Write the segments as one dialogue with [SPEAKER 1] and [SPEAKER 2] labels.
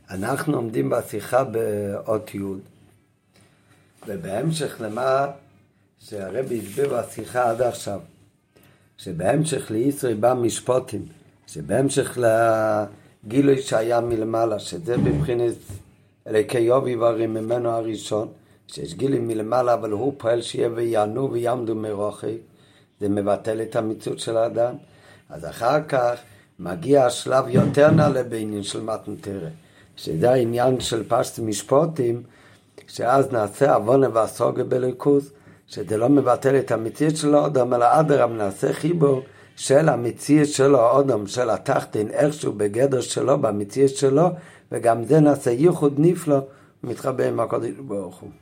[SPEAKER 1] אנחנו עומדים בשיחה באות י' ובהמשך למה שהרבי הסביר בשיחה עד עכשיו, שבהמשך לישראל בא משפוטים, שבהמשך לגילוי שהיה מלמעלה, שזה בבחינת אלוקי יובי ורים ממנו הראשון, שיש גילוי מלמעלה אבל הוא פועל שיהיה ויענו ויעמדו מרוחק, זה מבטל את המציאות של האדם. אז אחר כך מגיע השלב יותר נעלה בעניין של מתן תורה, שזה העניין של פשט משפוטים, שאז נעשה עוונה והסוגה בליכוז, שזה לא מבטל את המציאות של האדם, אלא אדרבה נעשה חיבור של המציאות של האדם, של התחתין, איכשהו בגדר שלו, במציאות שלו, וגם זה נעשה ייחוד נפלא, מתחבר עם הקדוש ברוך הוא.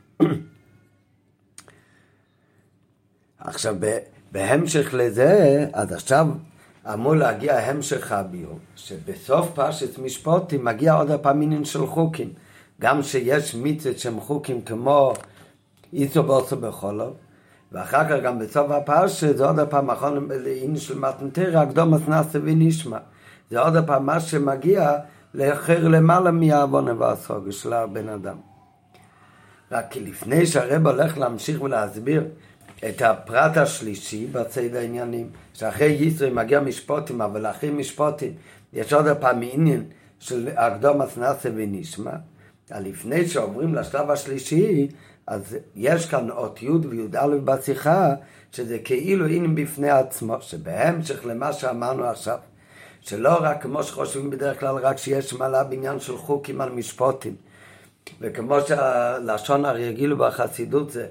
[SPEAKER 1] עכשיו, בהמשך לזה, אז עכשיו אמור להגיע המשך הביור, שבסוף פרשת משפוטים מגיע עוד הפעם עניין של חוקים, גם שיש מצוות שהם חוקים כמו איסור ואוסר בחולו, ואחר כך גם בסוף הפרשה זה עוד הפעם אחרון לעניין של מתן תורה, הקדומת נעשה ונשמע, זה עוד הפעם מה שמגיע לאחר למעלה מהעוונה והסוגה של הבן אדם. רק כי לפני שהרב הולך להמשיך ולהסביר את הפרט השלישי בצד העניינים, שאחרי ישראל מגיע משפוטים, אבל אחרי משפוטים יש עוד הפעם עניין של הקדומת נעשה ונשמע. לפני שעוברים לשלב השלישי, אז יש כאן אות י' וי"א בשיחה, שזה כאילו עניין בפני עצמו, שבהמשך למה שאמרנו עכשיו, שלא רק כמו שחושבים בדרך כלל, רק שיש מעלה בעניין של חוקים על משפוטים, וכמו שהלשון הרגיל בחסידות זה,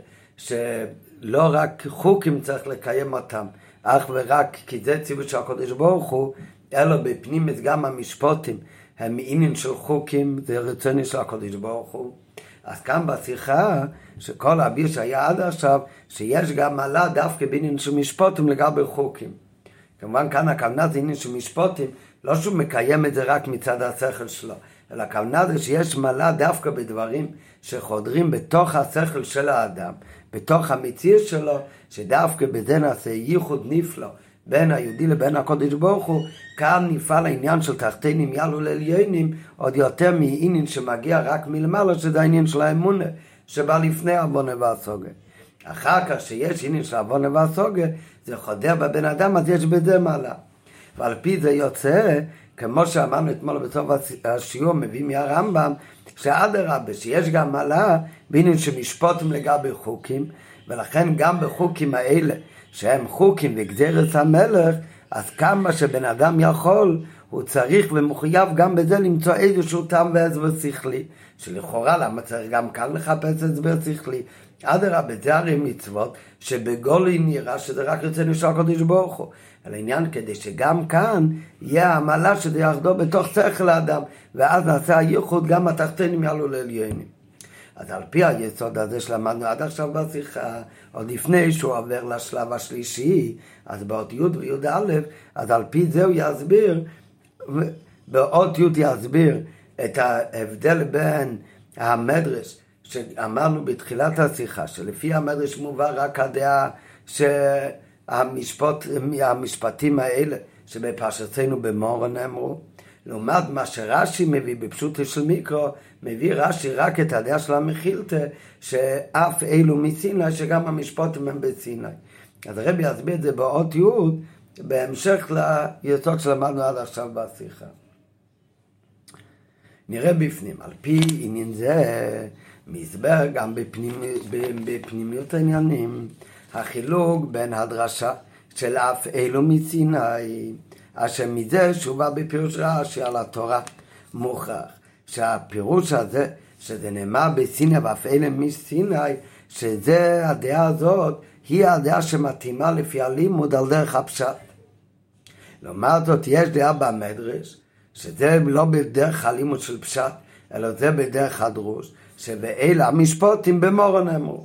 [SPEAKER 1] שלא רק חוקים צריך לקיים אותם, אך ורק כי זה ציוות של הקדוש ברוך הוא, אלא בפנים גם המשפוטים, הם עניין של חוקים, זה רצוני של הקדוש ברוך הוא. אז כאן בשיחה, שכל האביר שהיה עד עכשיו, שיש גם מעלה דווקא בעניין של משפוטים לגבי חוקים. כמובן כאן הכוונה זה עניין של משפוטים, לא שהוא מקיים את זה רק מצד השכל שלו, אלא הכוונה זה שיש מעלה דווקא בדברים שחודרים בתוך השכל של האדם, בתוך המציאות שלו, שדווקא בזה נעשה ייחוד נפלא בין היהודי לבין הקדוש ברוך הוא. כאן נפעל העניין של תחתינים יעלו לעליונים עוד יותר מעניין שמגיע רק מלמעלה, שזה העניין של האמונה שבא לפני העוונה והסוגה. אחר כך שיש עניין של העוונה והסוגה, זה חודר בבן אדם, אז יש בזה מעלה. ועל פי זה יוצא, כמו שאמרנו אתמול בסוף השיעור, מביא מהרמב"ם, שאדרבה, שיש גם מעלה בעניין שמשפוטים לגבי חוקים, ולכן גם בחוקים האלה, שהם חוקים וגזרת המלך, אז כמה שבן אדם יכול, הוא צריך ומחויב גם בזה למצוא איזשהו טעם והסבר שכלי, שלכאורה למה צריך גם כאן לחפש הסבר שכלי. אדרבה, זה הרי מצוות שבגולי נראה שזה רק רצונו של הקדוש ברוך הוא, על העניין כדי שגם כאן יהיה המעלה שזה יחדור בתוך שכל האדם, ואז נעשה הייחוד גם התחתונים יעלו לעליונים. אז על פי היסוד הזה שלמדנו עד עכשיו בשיחה, עוד לפני שהוא עובר לשלב השלישי, אז באות י' וי"א, אז על פי זה הוא יסביר, באות י' יסביר את ההבדל בין המדרש, שאמרנו בתחילת השיחה, שלפי המדרש מובא רק הדעה שהמשפטים האלה שבפרשתנו במורה נאמרו, לעומת מה שרש"י מביא בפשוטו של מיקרו, מביא רש"י רק את הדעה של המחילתא, שאף אלו מסיני, שגם המשפטים הם בסיני. אז הרבי יסביר את זה באות י' בהמשך ליסוד שלמדנו עד עכשיו בשיחה. נראה בפנים, על פי עניין זה, מסבר גם בפנימיות העניינים, החילוק בין הדרשה של אף אלו מסיני, אשר מזה שובה בפירוש רש"י על התורה, מוכרח שהפירוש הזה, שזה נאמר בסיני ואף אלו מסיני, שזה הדעה הזאת, היא הדעה שמתאימה לפי הלימוד על דרך הפשט. לעומת זאת יש דעה במדרש, שזה לא בדרך הלימוד של פשט, אלא זה בדרך הדרוש, שבאלה המשפטים במורה נאמרו.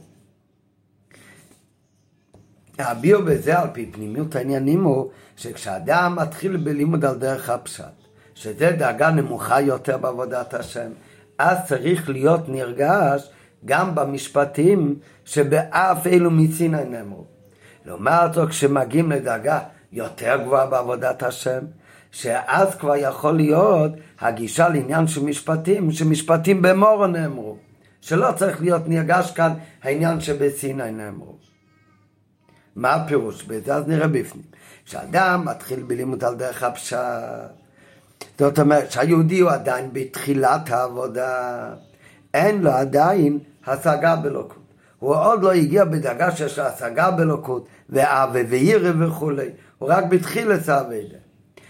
[SPEAKER 1] הביאו בזה על פי פנימיות העניינים הוא, שכשאדם מתחיל בלימוד על דרך הפשט, שזה דאגה נמוכה יותר בעבודת השם, אז צריך להיות נרגש גם במשפטים שבאף אלו מסיני נאמרו. לעומת זאת, כשמגיעים לדאגה יותר גבוהה בעבודת השם, שאז כבר יכול להיות הגישה לעניין של משפטים, שמשפטים במורו נאמרו, שלא צריך להיות נרגש כאן העניין שבסיני נאמרו. מה הפירוש בזה? אז נראה בפנים. שאדם מתחיל בלימוד על דרך הפשט, זאת אומרת שהיהודי הוא עדיין בתחילת העבודה, אין לו עדיין השגה בלוקות. הוא עוד לא הגיע בדרגה שיש לו השגה בלוקות, ואהבה וירא וכו'. הוא רק בתחילת העבודה.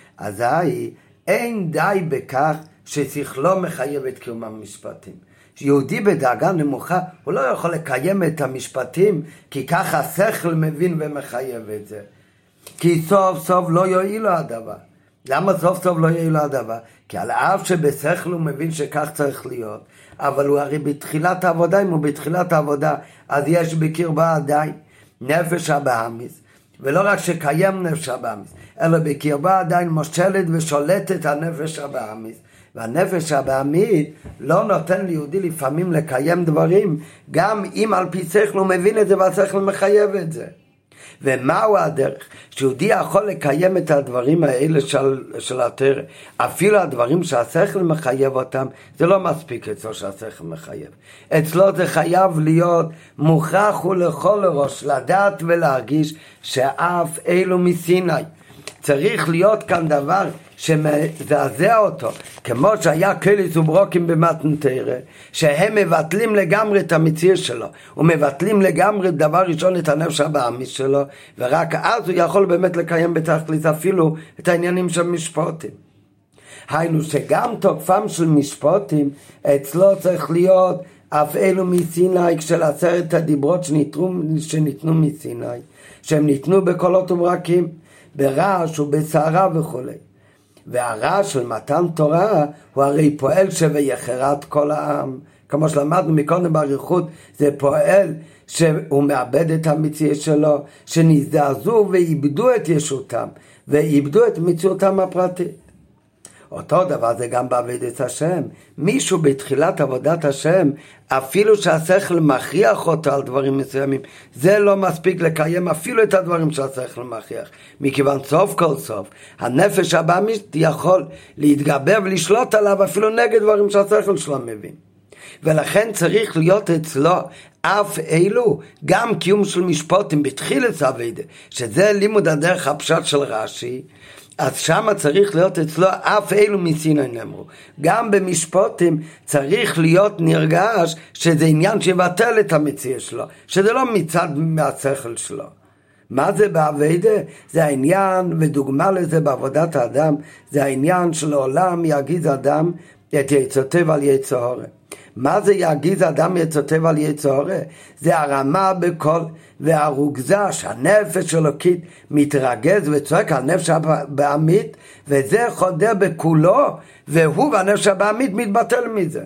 [SPEAKER 1] אזי אין די בכך ששכלו מחייב את קיום המשפטים. יהודי בדרגה נמוכה, הוא לא יכול לקיים את המשפטים, כי ככה השכל מבין ומחייב את זה. כי סוף סוף לא יועיל לו הדבר. למה סוף סוף לא יועיל לו הדבר? כי על אף שבשכל הוא מבין שכך צריך להיות, אבל הוא הרי בתחילת העבודה, אם הוא בתחילת העבודה, אז יש בקרבה עדיין נפש הבאמיס, ולא רק שקיים נפש הבאמיס, אלא בקרבה עדיין מושלת ושולטת הנפש הבאמיס. והנפש הבאמית לא נותן ליהודי לפעמים לקיים דברים, גם אם על פי שכל הוא מבין את זה והשכל מחייב את זה. ומהו הדרך? שיהודי יכול לקיים את הדברים האלה של התורה, אפילו הדברים שהשכל מחייב אותם, זה לא מספיק אצלו שהשכל מחייב. אצלו זה חייב להיות מוכרח ולכל ראש, לדעת ולהרגיש שאף אלו מסיני. צריך להיות כאן דבר שמזעזע אותו, כמו שהיה קליס וברוקים במתן תורה, שהם מבטלים לגמרי את המציאות שלו, ומבטלים לגמרי דבר ראשון את הנפש הבאמיס שלו, ורק אז הוא יכול באמת לקיים בתכלית אפילו את העניינים של משפטים. היינו שגם תוקפם של משפטים אצלו צריך להיות אף אלו מסיני, של 10 הדיברות שניתנו מסיני, שהם ניתנו בקולות וברקים, ברעש ובסערה וכו'. והרעש של מתן תורה הוא הרי פועל שוויחרת כל העם, כמו שלמדנו מקודם באריכות, זה פועל שהוא מאבד את המציאות שלו, שנזדעזעו ואיבדו את ישותם ואיבדו את מציאותם הפרטית. אותו דבר זה גם בעבודת השם. מישהו בתחילת עבודת השם, אפילו שהשכל מכריח אותו על דברים מסוימים, זה לא מספיק לקיים אפילו את הדברים שהשכל מכריח. מכיוון סוף כל סוף, הנפש הבאמית יכול להתגבר ולשלוט עליו אפילו נגד דברים שהשכל שלו מבין. ולכן צריך להיות אצלו אף אלו, גם קיום של משפטים בתחילת העבודה, שזה לימוד הדרך הפשט של רש"י, אז שמה צריך להיות אצלו אף אלו מסיני נאמרו. גם במשפטים צריך להיות נרגש שזה עניין שיבטל את המציאות שלו, שזה לא מצד מהשכל שלו. מה זה בעבודה? זה העניין, ודוגמה לזה בעבודת האדם, זה העניין שלעולם יגיז אדם את יצותיו על יצוהרה. מה זה יגיז אדם יצותיו על יצוהרה? זה הרמה בכל והרוגזה שהנפש אלוקית מתרגז וצועק על נפש הבאמית, וזה חודר בכולו, והוא והנפש הבאמית מתבטל מזה.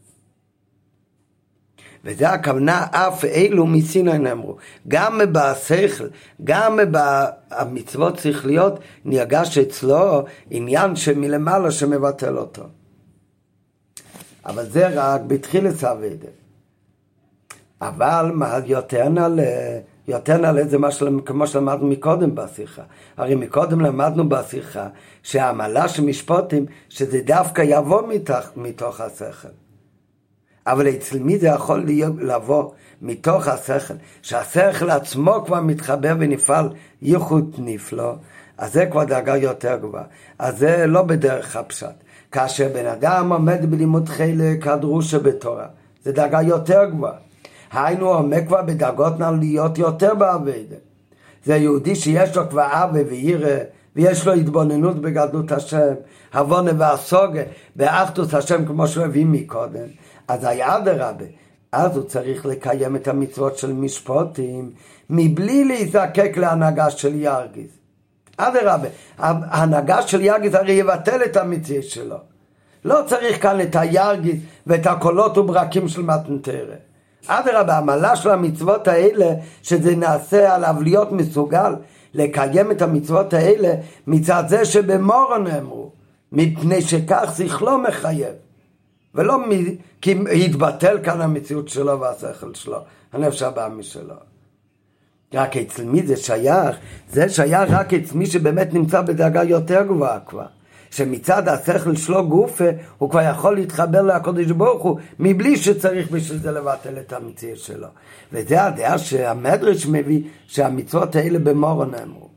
[SPEAKER 1] וזה הכוונה אף אלו מסיני נאמרו. גם בשכל, גם במצוות שכליות נרגש אצלו עניין שמלמעלה שמבטל אותו. אבל זה רק בתחילת העבודה. אבל מה יותר נעלה זה כמו שלמדנו מקודם בשיחה. הרי מקודם למדנו בשיחה שהעמלה של משפטים שזה דווקא יבוא מתוך השכל. אבל אצל מי זה יכול לבוא מתוך השכל? שהשכל עצמו כבר מתחבר ונפעל ייחוד נפלא, אז זה כבר דרגה יותר גבוהה. אז זה לא בדרך הפשט. כאשר בן אדם עומד בלימוד חלק הדרושה בתורה, זה דרגה יותר גבוהה. היינו עומד כבר בדרגות נעליות יותר בעבודה. זה יהודי שיש לו כבר אהבה ויראה, ויש לו התבוננות בגדלות השם, הבונה והסוגה, באחדות השם כמו שהוא הביא מקודם. אז אדרבה, אז הוא צריך לקיים את המצוות של משפטים, מבלי להיזקק להנהגה של ירגיז. אדרבה, ההנהגה של ירגיז הרי יבטל את המציאות שלו. לא צריך כאן את הירגיז ואת הקולות וברקים של מתן תורה. אדרבה, המעלה של המצוות האלה, שזה נעשה עליו להיות מסוגל לקיים את המצוות האלה, מצד זה שבמורו נאמרו, מפני שכך שכלו מחייב. ולא כי התבטל כאן המציאות שלו והשכל שלו, הנפש הבאמית שלו. רק אצל מי זה שייך? זה שייך רק אצל מי שבאמת נמצא בדרגה יותר גבוהה כבר. שמצד השכל שלו גופה, הוא כבר יכול להתחבר לקדוש ברוך הוא, מבלי שצריך בשביל זה לבטל את המציאות שלו. וזה הדעה שהמדרש מביא, שהמצוות האלה במורון נאמרו.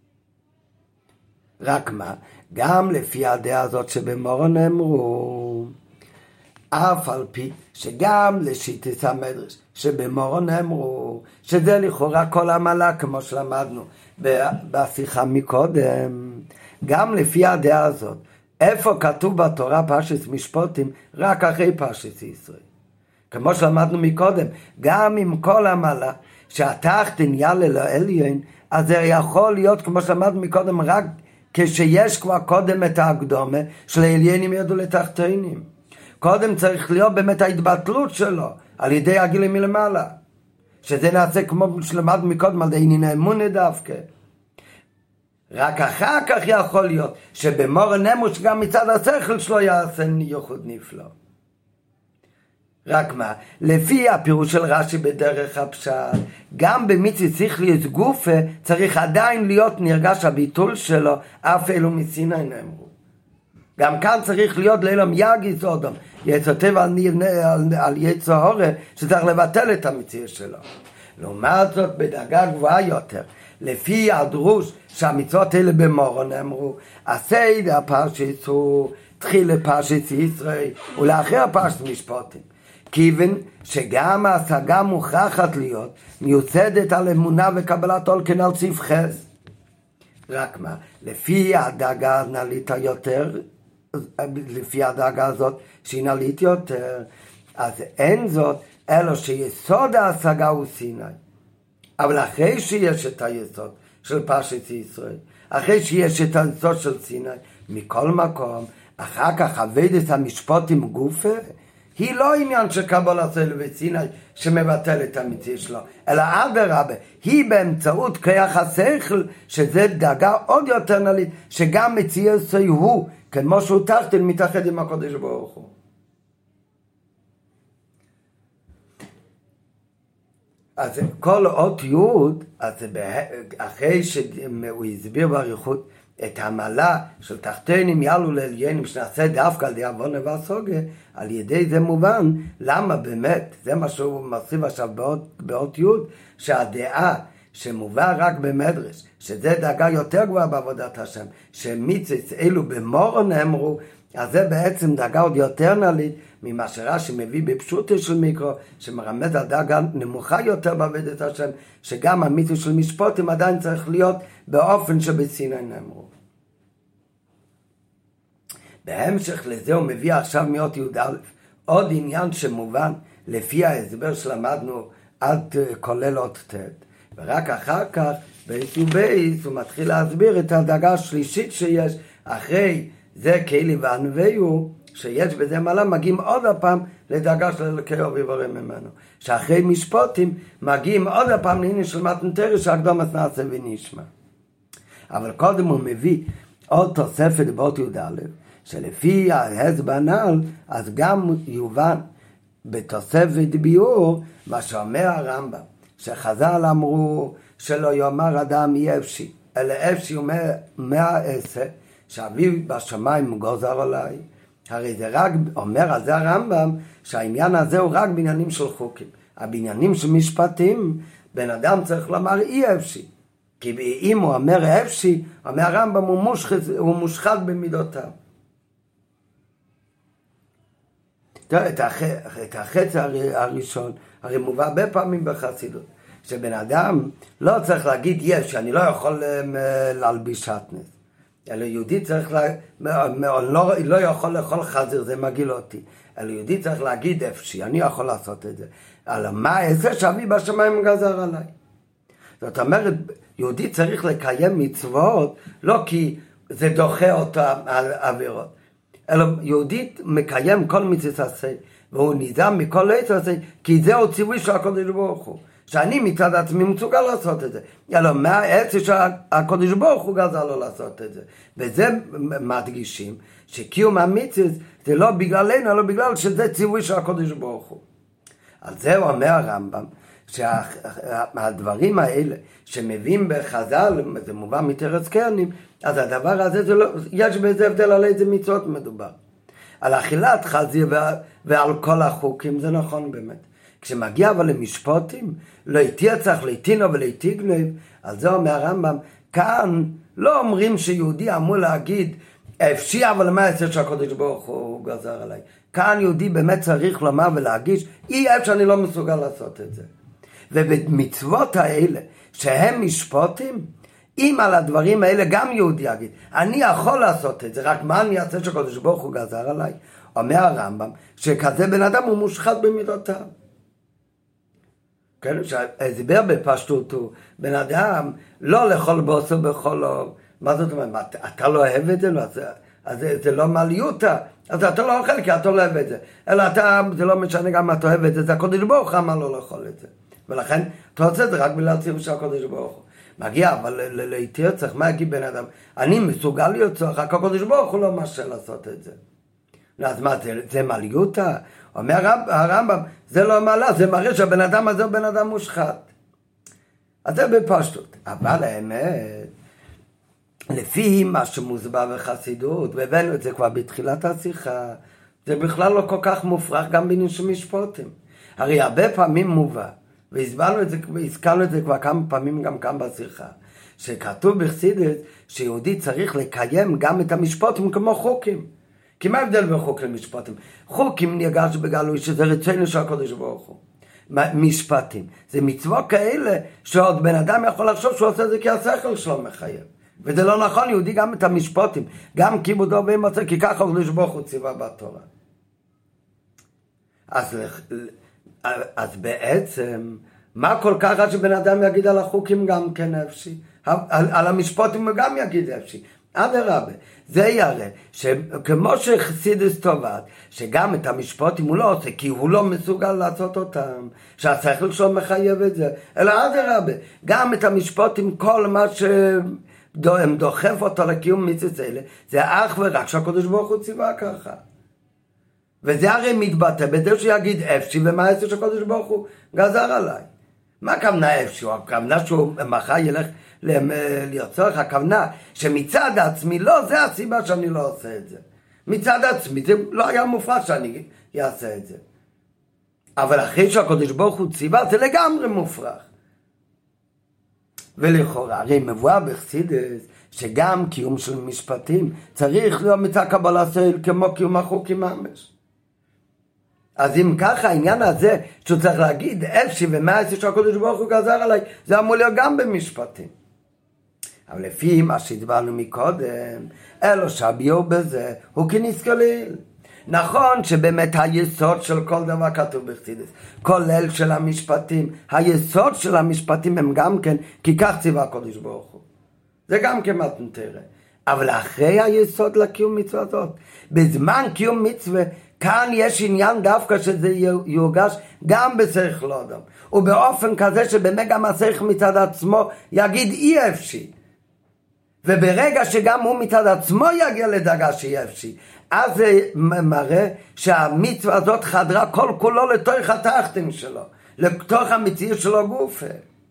[SPEAKER 1] רק מה? גם לפי הדעה הזאת שבמורון נאמרו, אף על פי שגם לשיטת המדרש שבמורון נאמרו, שזה לכאורה כל עמלה כמו שלמדנו בשיחה מקודם, גם לפי הדעה הזאת, איפה כתוב בתורה פרשת משפטים? רק אחרי פרשת ישראל. כמו שלמדנו מקודם, גם עם כל עמלה שהתחתן יעלה לעליון, אז זה יכול להיות כמו שלמדנו מקודם רק כשיש כבר קודם את ההקדומה של העליינים ירדו לתחתונים. קודם צריך להיות באמת ההתבטלות שלו על ידי הגילים מלמעלה, שזה נעשה כמו שלמדנו מקודם על עניין האמונה דווקא. רק אחר כך יכול להיות שבמורון נאמרו שגם מצד השכל שלו יעשה ייחוד נפלא. רק מה? לפי הפירוש של רש"י בדרך הפשט, גם במצוות שכליות גופה צריך עדיין להיות נרגש הביטול שלו, אף אלו מסיני נאמרו. גם כאן צריך להיות לאילום יגיס אודום, יצוטב על יצר הורה, שצריך לבטל את המציאות שלו. לעומת זאת בדרגה גבוהה יותר, לפי הדרוש שהמצוות האלה במורון נאמרו, הסדר הפרשת הוא תחילה פרשת ישראל ולאחר פרשת משפטים. כיוון שגם ההשגה מוכרחת להיות מיוסדת על אמונה וקבלת עול כנ"ל סעיף חס. רק מה? לפי הדרגה הנעלית יותר, לפי הדרגה הזאת שהיא נעלית יותר, אז אין זאת אלא שיסוד ההשגה הוא סיני. אבל אחרי שיש את היסוד של פרשת ישראל, אחרי שיש את היסוד של סיני, מכל מקום, אחר כך עבודת המשפטים גופה, היא לא עניין של קבלת עול וסיני שמבטל את המציאות שלו, אלא אדרבה, היא באמצעות כוח השכל, שזה דרגה עוד יותר נעלית, שגם מציאות הוא, כמו שהוא תחתן מתאחד עם הקדוש ברוך הוא. אז כל אות יוד, אז אחרי שהוא הסביר באריכות את המעלה של תחתונים יעלו לעליינים שנעשה דווקא על ידי עוונה והסוגיה, על ידי זה מובן למה באמת, זה מה שהוא מוסיף עכשיו באות יוד, שהדעה שמובא רק במדרש, שזה דרגה יותר גבוהה בעבודת השם, שמצוות אלו במורון נאמרו, אז זה בעצם דרגה עוד יותר נעלית ממה שרש"י מביא בפשוטו של מיקרו, שמרמז על דרגה נמוכה יותר בעבודת השם, שגם המצוות של משפטים עדיין צריך להיות באופן שבסיני נאמרו. בהמשך לזה הוא מביא עכשיו מאות י"א עוד עניין שמובן לפי ההסבר שלמדנו עד כולל אות ט', ורק אחר כך באיזשהו בייס הוא מתחיל להסביר את הדרגה השלישית שיש אחרי זה כלי וענווהו, שיש בזה מעלה, מגיעים עוד הפעם לדרגה של אלוקי אור ויברא ממנו. שאחרי משפטים מגיעים עוד הפעם לעניין של מתן תורה שהקדומת נעשה ונשמע. אבל קודם הוא מביא עוד תוספת באות י"א, שלפי ההסבר הנ"ל, אז גם יובן בתוספת ביאור מה שאומר הרמב"ם, שחז"ל אמרו שלא יאמר אדם יהיה אפשי, אלא אפשי הוא 110, שאביו בשמיים גוזר עליי. הרי זה רק אומר על זה הרמב"ם שהעניין הזה הוא רק בעניינים של חוקים. הבעניינים של משפטים, בן אדם צריך לומר אי אפשי. כי אם הוא אומר אפשי, אומר הרמב"ם הוא מושחת במידותיו. את החצי הראשון, הרי מובא הרבה פעמים בחסידות, שבן אדם לא צריך להגיד יש, אני לא יכול להלביש שטנז. אלא יהודי צריך, לא יכול לאכול חזיר, זה מגיל אותי. אלא יהודי צריך להגיד אפשי, אני יכול לעשות את זה. אלא מה אעשה שאבי בשמיים גזר עליי? זאת אומרת, יהודי צריך לקיים מצוות, לא כי זה דוחה אותה על עבירות. אלא יהודי מקיים כל מצוות עשה, והוא נזהר מכל עשה עשה, כי זהו ציווי של הקדוש ברוך הוא. שאני מצד עצמי מסוגל לעשות את זה. אלא מהעצה שהקדוש ברוך הוא גזר לו לעשות את זה. וזה מדגישים שקיום המצוות זה לא בגללנו, אלא בגלל שזה ציווי של הקדוש ברוך הוא. על זה אומר הרמב"ם, שהדברים האלה שמביאים בחז"ל, זה מובן מתרץ קרנים, אז הדבר הזה, יש בזה הבדל על איזה מצוות מדובר. על אכילת חזיר ועל כל החוקים, זה נכון באמת. כשמגיע אבל למשפוטים, לא יתירצח, ליתינו וליתיגנב, אז זה אומר הרמב"ם, כאן לא אומרים שיהודי אמור להגיד, אפשי אבל מה יעשה שהקדוש ברוך הוא גזר עליי. כאן יהודי באמת צריך לומר ולהגיש, אי אפשר אני לא מסוגל לעשות את זה. ובמצוות האלה, שהם משפוטים, אם על הדברים האלה גם יהודי יגיד, אני יכול לעשות את זה, רק מה אני אעשה שהקדוש ברוך הוא גזר עליי? אומר הרמב"ם, שכזה בן אדם הוא מושחת במידותיו. כן, שהסבר בפשטות הוא, בן אדם לא לאכול בוסר בכל אור. מה זאת אומרת? אתה לא אוהב את זה? אז זה לא מעליותה. אז אתה לא אוכל כי אתה לא אוהב את זה. אלא זה לא משנה גם מה אתה אוהב את זה, זה הקודש ברוך הוא אמר לא לאכול את זה. ולכן אתה עושה את זה רק בגלל ציור של הקודש ברוך הוא. מגיע, אבל להתיר צריך, מה יגיד בן אדם? אני מסוגל להיות צורך, רק הקודש ברוך הוא לא משהו לעשות את זה. אז מה, זה מעליותה? אומר הרמב"ם, זה לא מעלה, זה מראה שהבן אדם הזה הוא בן אדם מושחת. אז זה בפשטות. אבל האמת, לפי מה שמוסבר בחסידות, והבאנו את זה כבר בתחילת השיחה, זה בכלל לא כל כך מופרך גם בעניין של משפוטים. הרי הרבה פעמים מובא, והזכרנו את זה כבר כמה פעמים גם כאן בשיחה, שכתוב בחסידות שיהודי צריך לקיים גם את המשפוטים כמו חוקים. כי מה ההבדל בין חוק למשפטים? חוקים נרגש בגלוי שזה רצונו של הקדוש ברוך הוא. משפטים. זה מצוות כאלה שעוד בן אדם יכול לחשוב שהוא עושה את זה כי השכל שלו מחייב. וזה לא נכון, יהודי גם את המשפטים. גם כיבודו ואמצע, כי ככה הקדוש ברוך הוא ציווה בתורה. אז בעצם, מה כל כך רע שבן אדם יגיד על החוקים גם כן אפשי? על המשפטים הוא גם יגיד אפשי. אדרבה, זה יראה שכמו שחסידות טובעת, שגם את המשפטים הוא לא עושה, כי הוא לא מסוגל לעשות אותם, שהשכל שלו מחייב את זה, אלא אדרבה, גם את המשפטים, כל מה שדוחף אותו לקיום מצוות אלה, זה אך ורק שהקדוש ברוך הוא ציווה ככה. וזה הרי מתבטא בזה שיגיד אפשי, ומה יעשה שהקדוש ברוך הוא גזר עליי. מה הכוונה אפשי? הכוונה שהוא מחר ילך להיות צורך, הכוונה שמצד עצמי, לא, זה הסיבה שאני לא עושה את זה. מצד עצמי, זה לא היה מופרש שאני אעשה את זה. אבל אחרי שהקדוש ברוך הוא ציווה, זה לגמרי מופרך. ולכאורה, הרי מבואר בחסידות, שגם קיום של משפטים צריך להיות מצד קבלה סוהל כמו קיום החוקים ממש. אז אם ככה העניין הזה שהוא צריך להגיד אפשי ומה יעשה שהקדוש ברוך הוא גזר עליי, זה אמור להיות גם במשפטים. אבל לפי מה שהדברנו מקודם, אלו שהביאו בזה הוא כניס כליל. נכון שבאמת היסוד של כל דבר כתוב בחסידות, כולל של המשפטים, היסוד של המשפטים הם גם כן, כי כך ציווה הקדוש ברוך הוא. זה גם כמעט נתראה. אבל אחרי היסוד לקיום מצווה זאת, בזמן קיום מצווה, כאן יש עניין דווקא שזה יורגש גם בשכל אדם, ובאופן כזה שבאמת גם השכל מצד עצמו יגיד אי אפשי. וברגע שגם הוא מצד עצמו יגיע לדרגה שאי אפשי, אז זה מראה שהמצווה הזאת חדרה כל כולו לתוך התחתן שלו, לתוך המציאות שלו גופה.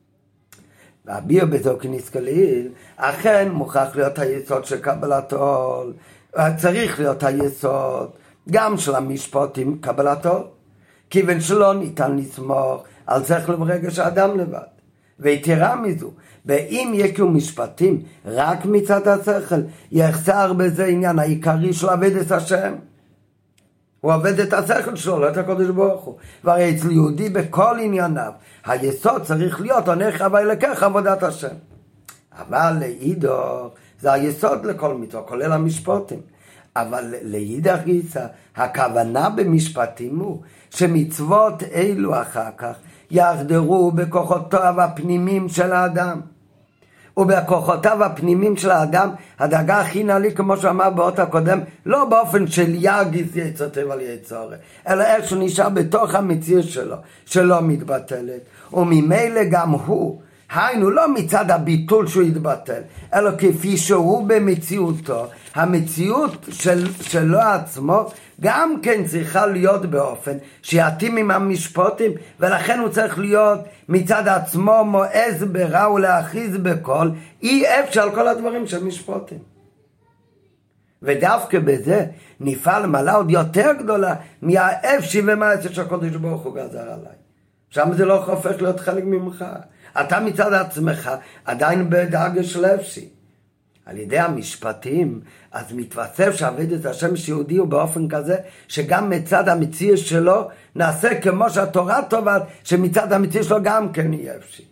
[SPEAKER 1] והביאו בזו כניס כליל, אכן מוכרח להיות היסוד של קבלת עול, צריך להיות היסוד גם של המשפטים קבלת עול, כיוון שלא ניתן לסמוך על שכל ורגש האדם לבד. ויתרה מזו, ואם יקרו משפטים רק מצד השכל, יחסר בזה עניין העיקרי של עבד את השם. הוא עבד את השכל שלו, לא את הקדוש ברוך הוא. והרי אצל יהודי בכל ענייניו, היסוד צריך להיות עונך הווי לקח עבודת השם. אבל לאידך, זה היסוד לכל מצווה, כולל המשפטים. אבל לאידך גיסא, הכוונה במשפטים הוא שמצוות אלו אחר כך יחדרו בכוחותיו הפנימיים של האדם. ובכוחותיו הפנימיים של האדם, הדרגה הכי נעלי, כמו שאמר באות הקודם, לא באופן של יגיס יצוטב על יצורה, אלא איך שהוא נשאר בתוך המציאות שלו, שלא מתבטלת. וממילא גם הוא, היינו לא מצד הביטול שהוא יתבטל, אלא כפי שהוא במציאותו. המציאות שלו עצמו גם כן צריכה להיות באופן שיתאים עם המשפוטים, ולכן הוא צריך להיות מצד עצמו מועז ברע ולהכריז בכל, אי אפשר על כל הדברים של משפוטים. ודווקא בזה נפעל מעלה עוד יותר גדולה מהאפשי ומעשה שהקדוש ברוך הוא גזר עליי. שם זה לא הופך להיות חלק ממך. אתה מצד עצמך עדיין בדרגה של אפשי. על ידי המשפטים, אז מתווסף שעבודת השם שיהודי הוא באופן כזה, שגם מצד המציאות שלו נעשה כמו שהתורה טובה, שמצד המציאות שלו גם כן יהיה אפשי.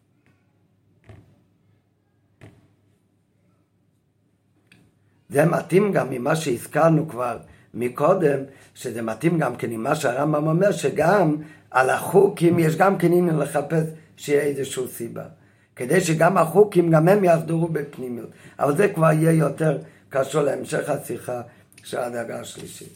[SPEAKER 1] זה מתאים גם ממה שהזכרנו כבר מקודם, שזה מתאים גם כן עם מה שהרמב"ם אומר, שגם על החוקים יש גם כן עניין לחפש שיהיה איזושהי סיבה. כדי שגם החוקים, גם הם יחדרו בפנימיות. אבל זה כבר יהיה יותר קשור להמשך השיחה של הדרגה השלישית.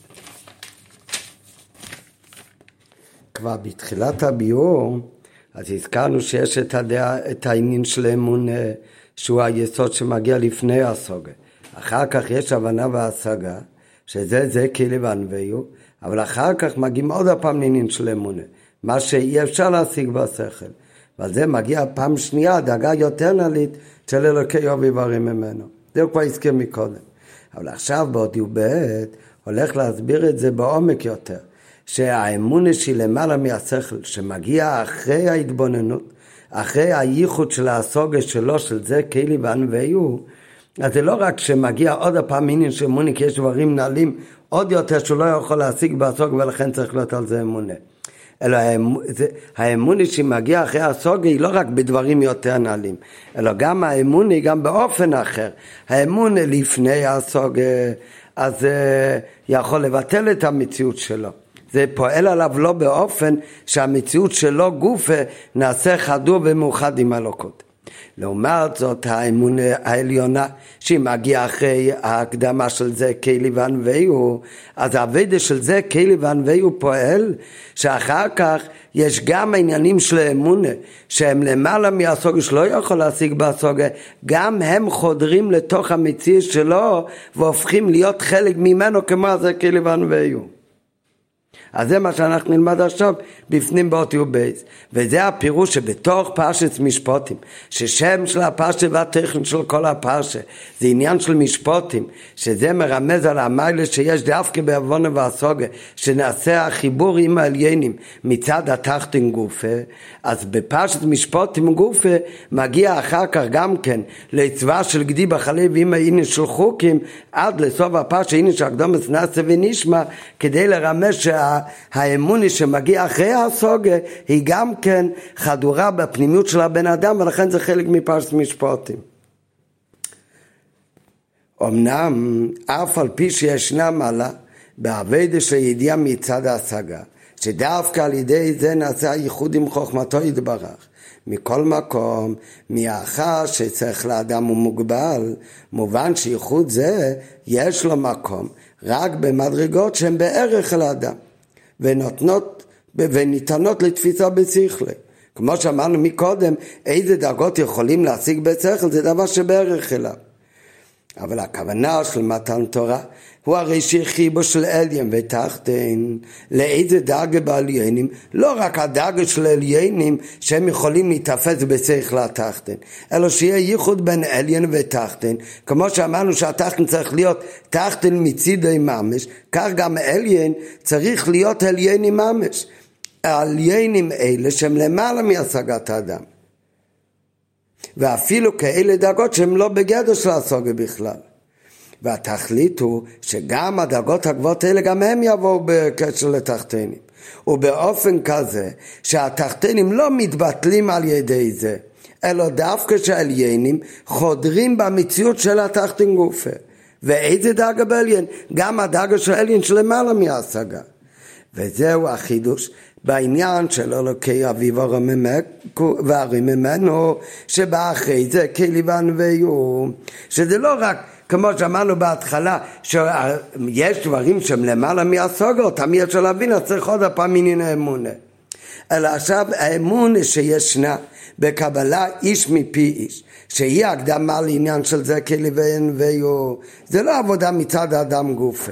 [SPEAKER 1] כבר בתחילת הביאור, אז הזכרנו שיש את העניין של אמונה, שהוא היסוד שמגיע לפני הסוגה. אחר כך יש הבנה והשגה, שזה כלי וענווהו, אבל אחר כך מגיעים עוד הפעם לעניין של אמונה, מה שאי אפשר להשיג בשכל. ועל זה מגיע פעם שנייה, דרגה יותר נעלית של אלוקי אוב יבראים ממנו. זה הוא כבר הזכיר מקודם. אבל עכשיו בעוד י"ב הולך להסביר את זה בעומק יותר, שהאמונה שהיא למעלה מהשכל, שמגיע אחרי ההתבוננות, אחרי הייחוד של הסוגה שלו, של זה כלי וענווהו, אז זה לא רק שמגיע עוד הפעם עניין של אמונה, כי יש דברים נעלים עוד יותר שהוא לא יכול להשיג בסוגה, ולכן צריך להיות על זה אמונה. אלא האמונה שמגיעה אחרי הסוגה היא לא רק בדברים יותר נעלים, אלא גם האמונה היא גם באופן אחר. האמונה לפני הסוגה, אז יכול לבטל את המציאות שלו. זה פועל עליו לא באופן שהמציאות שלו גופה נעשה חדור ומאוחד עם אלוקות. לעומת זאת האמונה העליונה שהיא מגיעה אחרי ההקדמה של זה כלי וענווהו, אז העבודה של זה כלי וענווהו פועל שאחר כך יש גם העניינים של האמונה שהם למעלה מהסוגה שלא יכול להשיג בסוגה, גם הם חודרים לתוך המציאות שלו והופכים להיות חלק ממנו כמו זה כלי וענווהו. אז זה מה שאנחנו נלמד עכשיו בפנים באות ובייס, וזה הפירוש שבתוך פרשת משפטים, ששם של הפרשה והטכן של כל הפרשה זה עניין של משפטים, שזה מרמז על המיילה שיש דווקא בעוונה והסוגה, שנעשה החיבור עם העליינים מצד התחתון גופה. אז בפרשת משפטים גופה מגיע אחר כך גם כן לצבא של גדי בחלב עם העניין של חוקים, עד לסוף הפרשה עניין שהקדומת נעשה ונשמע, כדי לרמז האמונה שמגיע אחרי הסוגה היא גם כן חדורה בפנימיות של הבן אדם, ולכן זה חלק מפרשת משפטים. אמנם אף על פי שישנה מעלה בעבודה של ידיעה מצד ההשגה, שדווקא על ידי זה נעשה הייחוד עם חוכמתו יתברך, מכל מקום, מאחר שצריך לאדם הוא מוגבל, מובן שייחוד זה יש לו מקום רק במדרגות שהן בערך אל האדם וניתנות לתפיסה בשכל. כמו שאמרנו מקודם, איזה דרגות יכולים להשיג בשכל, זה דבר שבערך אליו. אבל הכוונה של מתן תורה הוא הרי שחיבו של עליין ותחתן. לאיזה דרגה בעליינים? לא רק הדרגה של עליינים שהם יכולים להתאפס בשכל התחתן, אלא שיהיה ייחוד בין עליין ותחתן. כמו שאמרנו שהתחתן צריך להיות תחתן מצידי ממש, כך גם עליין צריך להיות עליינים ממש. העליינים אלה שהם למעלה מהשגת האדם, ואפילו כאלה דרגות שהם לא בגדר של הסוגה בכלל. והתכלית הוא שגם הדרגות הגבוהות האלה גם הם יבואו בקשר לתחתנים, ובאופן כזה שהתחתנים לא מתבטלים על ידי זה, אלא דווקא שהעליינים חודרים במציאות של התחתן גופה. ואיזה דרגה בעליין? גם הדרגה של העליין שלמעלה מההשגה. וזהו החידוש בעניין של אלוקי אביו והרים ממנו, שבא אחרי זה כלי וענווהו, שזה לא רק כמו שאמרנו בהתחלה שיש דברים שהם למעלה מהסוגה, אותם יש להבין, אז צריך עוד הפעם עניין האמונה. אלא עכשיו האמון שישנה בקבלה איש מפי איש, שהיא הקדמה לעניין של זה כלבן ויו, זה לא עבודה מצד האדם גופה.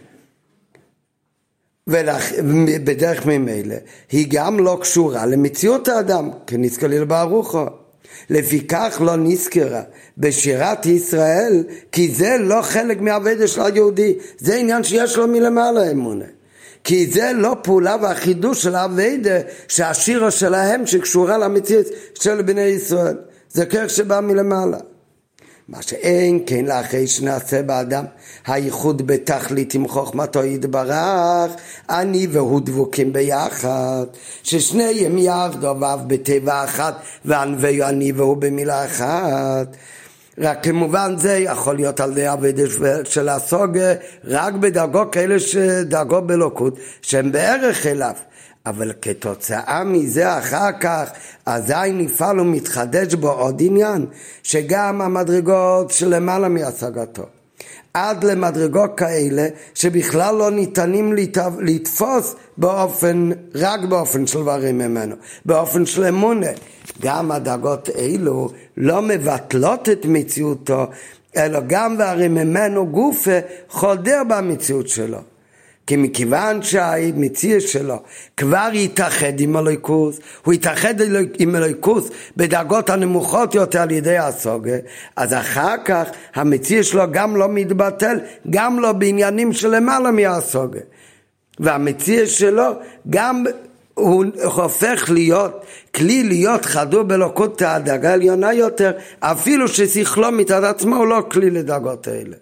[SPEAKER 1] ובדרך ממילא היא גם לא קשורה למציאות האדם, כנזכר ברוחו. לפיכך לא נזכרה בשירת ישראל, כי זה לא חלק מהעבודה של היהודי, זה עניין שיש לו מלמעלה אמונה. כי זה לא פעולה והחידוש של העבודה שהשירה שלהם שקשורה למציאות של בני ישראל, זה כרך שבא מלמעלה. מה שאין כן לאחרי שנעשה באדם הייחוד בתכלית עם חוכמתו יתברך, אני והוא דבוקים ביחד, ששניהם יחדו ואף בטבע אחת, וענווה אני והוא במילה אחת. רק כמובן זה יכול להיות על ידי עבודה של הסוגה, רק בדרגות כאלה שדרגות בלוקות שהם בערך אליו, אבל כתוצאה מזה אחר כך אזי נפעל ומתחדש בו עוד עניין, שגם המדרגות שלמעלה מהשגתו עד למדרגות כאלה שבכלל לא ניתנים לתפוס רק באופן של דברים ממנו, באופן של אמונה. גם הדרגות אלו לא מבטלות את מציאותו, אלא גם דברים ממנו גופה חודר במציאות שלו. כי מכיוון שהמציאות שלו כבר יתאחד עם אלוהיקוס, הוא יתאחד עם אלוהיקוס בדרגות הנמוכות יותר על ידי הסוגה, אז אחר כך המציאות שלו גם לא מתבטל, גם לא בעניינים שלמעלה מהסוגה. והמציאות שלו גם הוא הופך להיות כלי להיות חדור בלוקות הדרגה עליונה יותר, אפילו ששכלו מצד עצמו הוא לא כלי לדרגות האלה.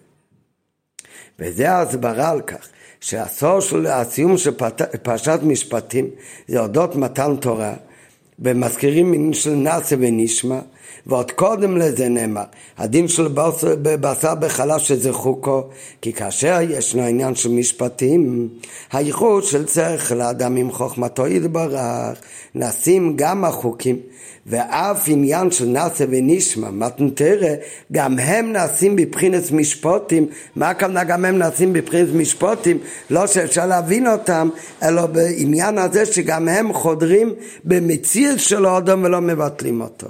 [SPEAKER 1] וזה ההסברה על כך הסיום של פרשת משפטים זה אודות מתן תורה, ומזכירים עניין של נעשה ונשמע, ועוד קודם לזה נאמר הדין של בשר בחלש שזה חוקו, כי כאשר ישנו עניין של משפטים, הייחוד של צריך לאדם עם חוכמתו יתברך, נשים גם החוקים ואף עניין של נעשה ונשמע מתן תורה, גם הם נעשים בבחינת משפטים. מה הכוונה גם הם נעשים בבחינת משפטים? לא שאפשר להבין אותם, אלא בעניין הזה שגם הם חודרים במציאות של האדם ולא מבטלים אותו.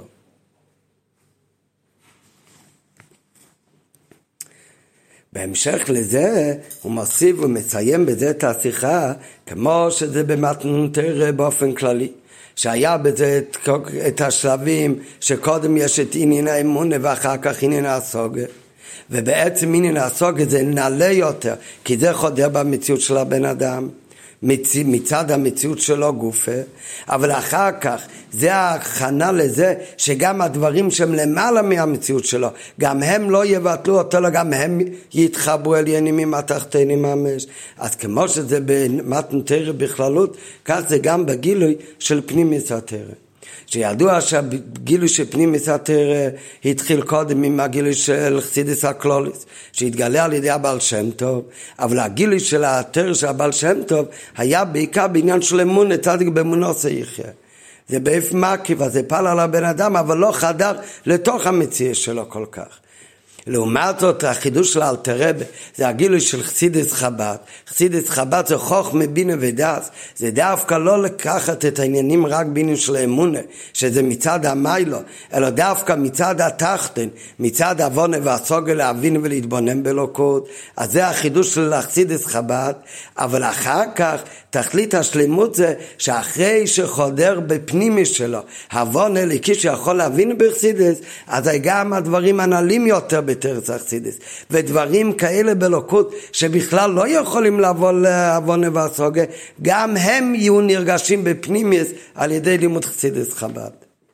[SPEAKER 1] בהמשך לזה הוא מוסיף ומסיים בזה את השיחה, כמו שזה במתן תורה באופן כללי, שהיה בזה את השלבים שקודם יש את עניין האמונה ואחר כך עניין הסוגה, ובעצם עניין הסוגה זה נעלה יותר, כי זה חודר במציאות של הבן אדם מצד המציאות שלו גופה, אבל אחר כך זה ההכנה לזה שגם הדברים שהם למעלה מהמציאות שלו גם הם לא יבטלו אותו, לא גם הם יתחברו אל עניינים התחתונים ממש. אז כמו שזה במתן תורה בכללות, כך זה גם בגילוי של פנימיות התורה, שידוע שהגילוי של פנימיות התורה התחיל קודם עם הגילוי של חסידות הכללית שהתגלה על ידי הבעל שם טוב, אבל הגילוי של התורה של הבעל שם טוב היה בעיקר בעניין של אמונה, צדיק באמונו יחיה. זה באיפה מקיף, אז זה פעל על הבן אדם, אבל לא חדר לתוך המציאות שלו כל כך. לעומת זאת, החידוש של אלתר רבי זה הגילוי של חסידות חב"ד. חסידות חב"ד זה חוכמה בינה ודעת, זה דווקא לא לקחת את העניינים רק בעניין של אמונה, שזה מצד המיילו, אלא דווקא מצד התחתון, מצד עוונה והסוגה להבין ולהתבונן באלוקות. אז זה החידוש של חסידות חב"ד. אבל אחר כך תכלית השלמות זה שאחרי שחודר בפנימי שלו עוונה אלוקי שיכול להבין בחסידות, אז גם הדברים הנעלים יותר בתרץ החסידות, ודברים כאלה בלוקות שבכלל לא יכולים לבוא לעוונה והסוגה, גם הם יהיו נרגשים בפנימיות על ידי לימוד חסידות חב"ד.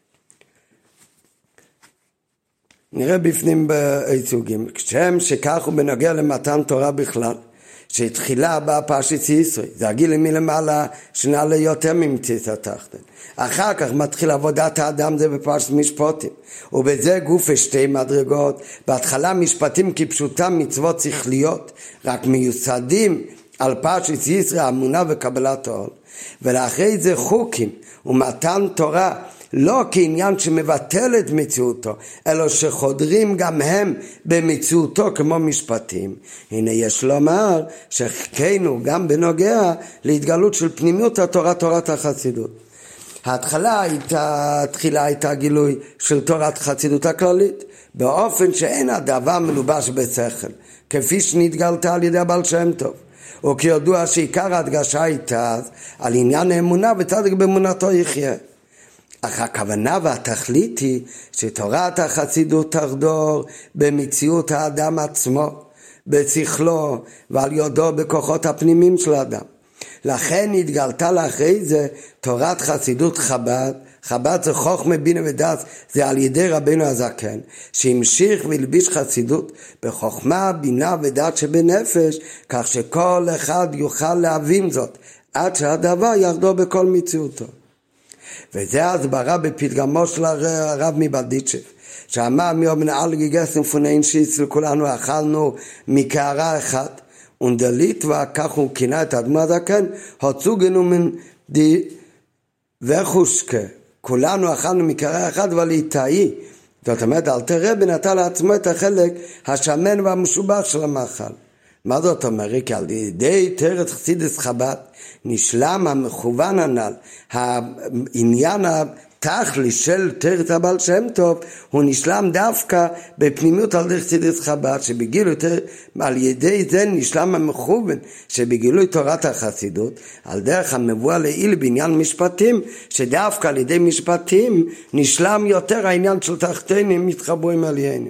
[SPEAKER 1] נראה בפנים בעיצוגים, כשם שכך הוא בנוגע למתן תורה בכלל, שהתחילה בפרשת ישראל, זה הגיל מלמעלה שנעלה יותר ממציאות התחתון. אחר כך מתחיל עבודת האדם, זה בפרשת משפטים, ובזה גוף שתי מדרגות. בהתחלה משפטים כפשוטם מצוות שכליות, רק מיוסדים על פרשת ישראל, אמונה וקבלת העול, ולאחרי זה חוקים ומתן תורה, לא כעניין שמבטל את מציאותו, אלא שחודרים גם הם במציאותו כמו משפטים. הנה יש לומר שחכנו גם בנוגע להתגלות של פנימיות התורה, תורת החסידות. תחילה הייתה גילוי של תורת חסידות הכללית, באופן שאין הדבר מלובש בשכל, כפי שנתגלתה על ידי הבעל שם טוב. וכידוע שעיקר ההדגשה הייתה על עניין האמונה וצדק באמונתו יחיה. אך הכוונה והתכלית היא שתורת החסידות תחדור במציאות האדם עצמו, בשכלו ועל יודו בכוחות הפנימיים של האדם. לכן התגלתה לאחרי זה תורת חסידות חב"ד. חב"ד זה חוכמה בינה ודעת, זה על ידי רבנו הזקן, שהמשיך והלביש חסידות בחוכמה, בינה ודעת שבנפש, כך שכל אחד יוכל להבין זאת, עד שהדבר יחדור בכל מציאותו. וזה ההסברה בפתגמו של הרב מברדיצ'ב, שאמר מיום נעל גיגסם פונאין שיץ לכולנו אכלנו מקערה אחת, ונדלית וכך הוא כינה את האדמו"ר הזקן, הוצוגנו מן די וחושקה, כולנו אכלנו מקערה אחת ולהיטעי. זאת אומרת, אלתר רבי נטל לעצמו את החלק השמן והמשובח של המאכל. מה זאת אומרת? כי על ידי תורת חסידות חב"ד נשלם המכוון הנ"ל, העניין התכלי של תורת הבעל שם טוב הוא נשלם דווקא בפנימיות על ידי חסידות חב"ד, שבגילוי על ידי זה נשלם המכוון שבגילוי תורת החסידות על דרך המבואה לעיל בעניין משפטים, שדווקא על ידי משפטים נשלם יותר העניין של תחתינים מתחברים עליינים.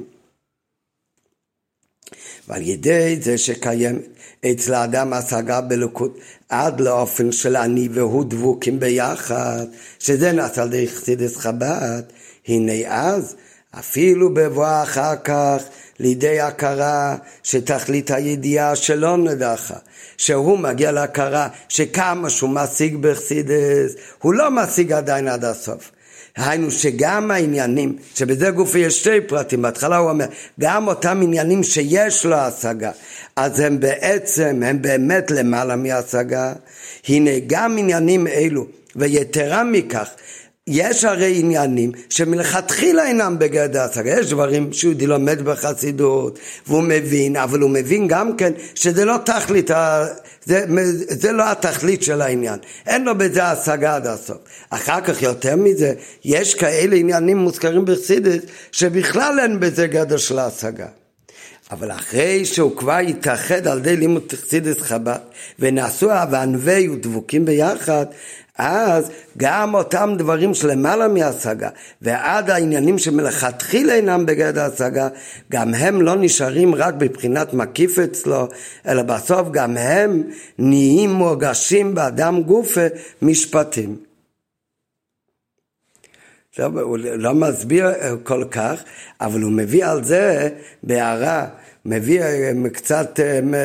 [SPEAKER 1] ועל ידי זה שקיים אצל האדם השגה בלוקות עד לאופן של אני והוא דבוקים ביחד, שזה נעשה על ידי חסידות חב"ד, הנה אז אפילו בבוא אחר כך לידי הכרה שתכלית הידיעה שלא נדחה, שהוא מגיע להכרה שכמה שהוא משיג בחסידות הוא לא משיג עדיין עד הסוף. היינו שגם העניינים, שבזה גופי יש שתי פרטים, בהתחלה הוא אומר, גם אותם עניינים שיש לו השגה, אז הם בעצם, הם באמת למעלה מהשגה. הנה גם עניינים אלו, ויתרה מכך, יש הרי עניינים שמלכתחילה אינם בגדר השגה. יש דברים שיהודי לומד בחסידות והוא מבין, אבל הוא מבין גם כן שזה לא תכלית, זה לא התכלית של העניין, אין לו בזה השגה עד הסוף. אחר כך יותר מזה, יש כאלה עניינים מוזכרים בחסידות שבכלל אין בזה גדר של השגה. אבל אחרי שהוא כבר התאחד על ידי לימוד חסידות חב"ד ונעשו וענבי ודבוקים ביחד, אז גם אותם דברים שלמעלה מהשגה ועד העניינים שמלכתחילה אינם בגדר השגה, גם הם לא נשארים רק בבחינת מקיף אצלו, אלא בסוף גם הם נהיים מורגשים באדם גופה משפטים. הוא לא מסביר כל כך, אבל הוא מביא על זה בהערה, מביא קצת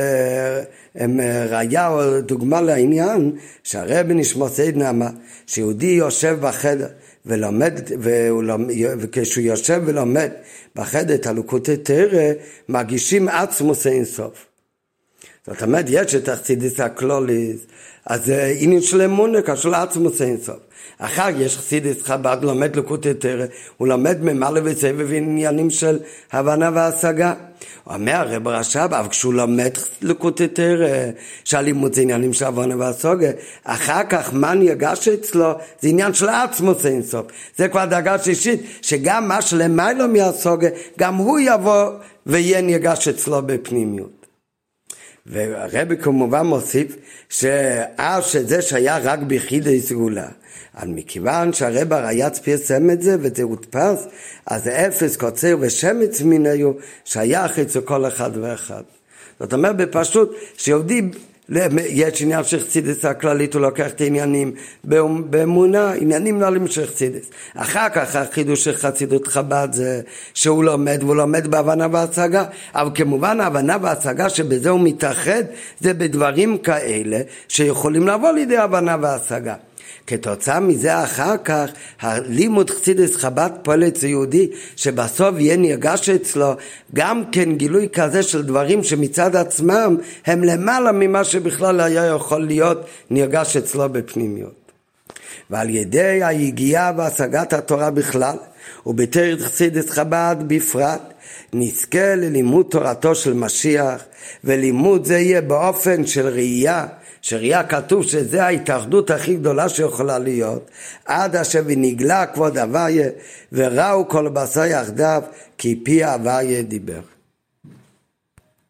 [SPEAKER 1] ראיה או דוגמה לעניין, שהרבי נשמע סיידנה אמר שיהודי יושב בחדר ולומד, וכשהוא יושב ולומד בחדר את הליקוטי תורה, מרגישים עצמוס אין סוף. זאת אומרת, יש את החסידות הכללית, אז עניין של אמונה קשור לעצמוס אין סוף. אחר יש חסידות חב"ד, לומד ליקוטי תורה, הוא לומד ממלא וסבב עניינים של הבנה והשגה. הוא אומר הרב רש"ב, אבל כשהוא לומד ליקוטי תורה, שהלימוד זה עניינים של הבנה והשגה, אחר כך מה נרגש אצלו? זה עניין של עצמוס אין סוף. זה כבר דרגה שישית, שגם מה שלמיילו מהשגה, גם הוא יבוא ויהיה נרגש אצלו בפנימיות. והרבי כמובן מוסיף שזה שהיה רק ביחידי סגולה, אבל מכיוון שהרבי הרייץ פרסם את זה וזה הודפס, אז אפס קוצר ושמץ מיניו שייך אצל כל אחד ואחד. זאת אומרת בפשוט שיהודי יש עניין של חסידות הכללית, הוא לוקח את העניינים באמונה, עניינים נעלים של חסידות. אחר כך החידוש של חסידות חב"ד זה שהוא לומד, והוא לומד בהבנה והשגה, אבל כמובן ההבנה והשגה שבזה הוא מתאחד, זה בדברים כאלה שיכולים לבוא לידי הבנה והשגה. כתוצאה מזה אחר כך הלימוד חסידות חב"ד פועל אצל יהודי שבסוף יהיה נרגש אצלו גם כן גילוי כזה של דברים שמצד עצמם הם למעלה ממה שבכלל היה יכול להיות נרגש אצלו בפנימיות. ועל ידי היגיעה והשגת התורה בכלל ובתורת חסידות חב"ד בפרט נזכה ללימוד תורתו של משיח, ולימוד זה יהיה באופן של ראייה שראייה כתוב שזה ההתאחדות הכי גדולה שיכולה להיות, עד אשר ונגלה כבוד הוויה, וראו כל בשר יחדיו, כי פי הוויה דיבר.